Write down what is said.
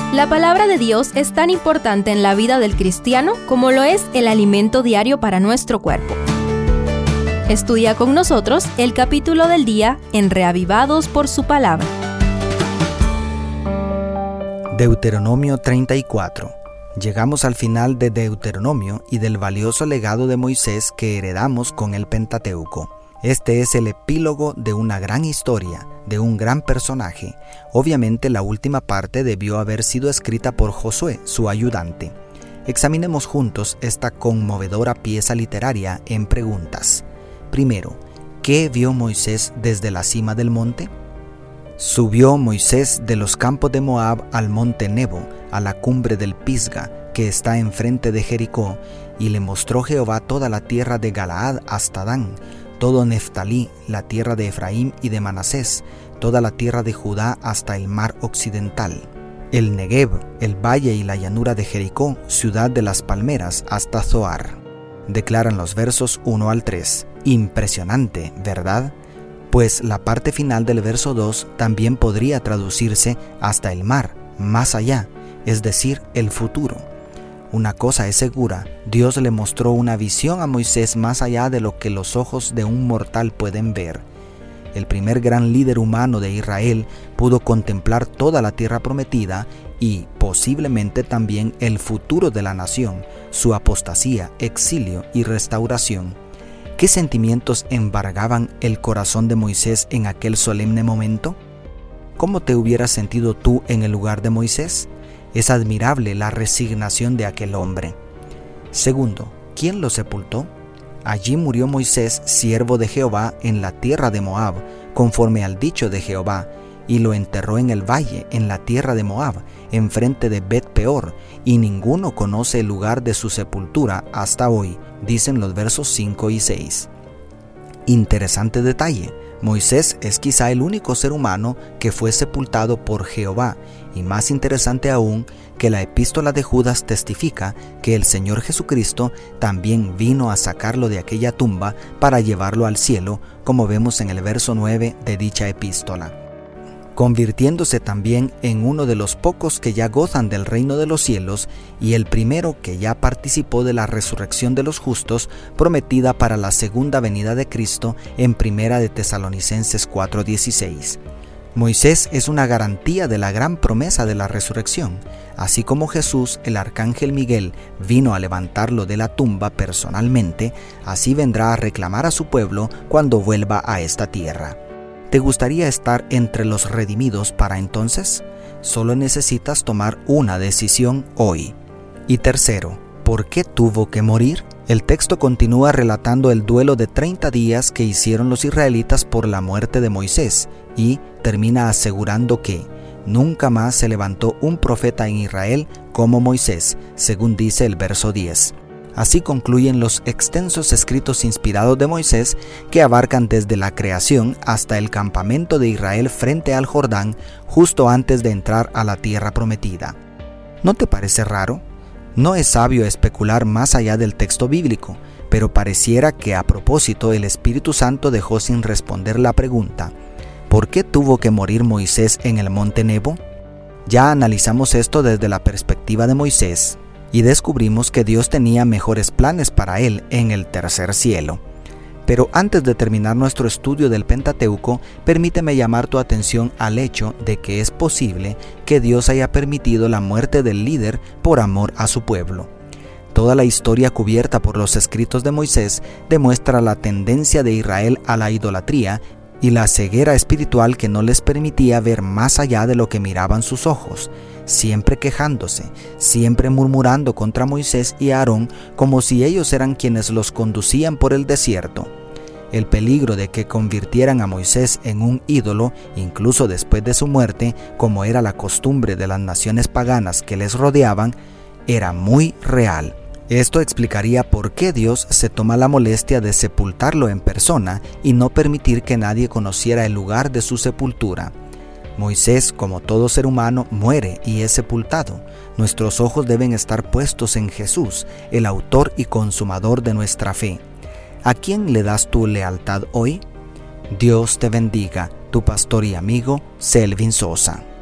La palabra de Dios es tan importante en la vida del cristiano como lo es el alimento diario para nuestro cuerpo. Estudia con nosotros el capítulo del día en Reavivados por su palabra. Deuteronomio 34. Llegamos al final de Deuteronomio y del valioso legado de Moisés que heredamos con el Pentateuco. Este es el epílogo de una gran historia, de un gran personaje. Obviamente la última parte debió haber sido escrita por Josué, su ayudante. Examinemos juntos esta conmovedora pieza literaria en preguntas. Primero, ¿qué vio Moisés desde la cima del monte? Subió Moisés de los campos de Moab al monte Nebo, a la cumbre del Pisga, que está enfrente de Jericó, y le mostró Jehová toda la tierra de Galaad hasta Dan, todo Neftalí, la tierra de Efraín y de Manasés, toda la tierra de Judá hasta el mar occidental, el Negev, el valle y la llanura de Jericó, ciudad de las palmeras, hasta Zoar. Declaran los versos 1 al 3. Impresionante, ¿verdad? Pues la parte final del verso 2 también podría traducirse hasta el mar, más allá, es decir, el futuro. Una cosa es segura, Dios le mostró una visión a Moisés más allá de lo que los ojos de un mortal pueden ver. El primer gran líder humano de Israel pudo contemplar toda la tierra prometida y posiblemente también el futuro de la nación, su apostasía, exilio y restauración. ¿Qué sentimientos embargaban el corazón de Moisés en aquel solemne momento? ¿Cómo te hubieras sentido tú en el lugar de Moisés? Es admirable la resignación de aquel hombre. Segundo, ¿quién lo sepultó? Allí murió Moisés, siervo de Jehová, en la tierra de Moab, conforme al dicho de Jehová, y lo enterró en el valle, en la tierra de Moab, enfrente de Bet-peor, y ninguno conoce el lugar de su sepultura hasta hoy, dicen los versos 5 y 6. Interesante detalle. Moisés es quizá el único ser humano que fue sepultado por Jehová, y más interesante aún que la epístola de Judas testifica que el Señor Jesucristo también vino a sacarlo de aquella tumba para llevarlo al cielo, como vemos en el verso 9 de dicha epístola, convirtiéndose también en uno de los pocos que ya gozan del reino de los cielos y el primero que ya participó de la resurrección de los justos prometida para la segunda venida de Cristo en Primera de Tesalonicenses 4:16. Moisés es una garantía de la gran promesa de la resurrección. Así como Jesús, el arcángel Miguel, vino a levantarlo de la tumba personalmente, así vendrá a reclamar a su pueblo cuando vuelva a esta tierra. ¿Te gustaría estar entre los redimidos para entonces? Solo necesitas tomar una decisión hoy. Y tercero, ¿por qué tuvo que morir? El texto continúa relatando el duelo de 30 días que hicieron los israelitas por la muerte de Moisés y termina asegurando que nunca más se levantó un profeta en Israel como Moisés, según dice el verso 10. Así concluyen los extensos escritos inspirados de Moisés que abarcan desde la creación hasta el campamento de Israel frente al Jordán, justo antes de entrar a la tierra prometida. ¿No te parece raro? No es sabio especular más allá del texto bíblico, pero pareciera que a propósito el Espíritu Santo dejó sin responder la pregunta: ¿por qué tuvo que morir Moisés en el monte Nebo? Ya analizamos esto desde la perspectiva de Moisés y descubrimos que Dios tenía mejores planes para él en el tercer cielo. Pero antes de terminar nuestro estudio del Pentateuco, permíteme llamar tu atención al hecho de que es posible que Dios haya permitido la muerte del líder por amor a su pueblo. Toda la historia cubierta por los escritos de Moisés demuestra la tendencia de Israel a la idolatría y la ceguera espiritual que no les permitía ver más allá de lo que miraban sus ojos, siempre quejándose, siempre murmurando contra Moisés y Aarón como si ellos eran quienes los conducían por el desierto. El peligro de que convirtieran a Moisés en un ídolo, incluso después de su muerte, como era la costumbre de las naciones paganas que les rodeaban, era muy real. Esto explicaría por qué Dios se toma la molestia de sepultarlo en persona y no permitir que nadie conociera el lugar de su sepultura. Moisés, como todo ser humano, muere y es sepultado. Nuestros ojos deben estar puestos en Jesús, el autor y consumador de nuestra fe. ¿A quién le das tu lealtad hoy? Dios te bendiga, tu pastor y amigo, Selvin Sosa.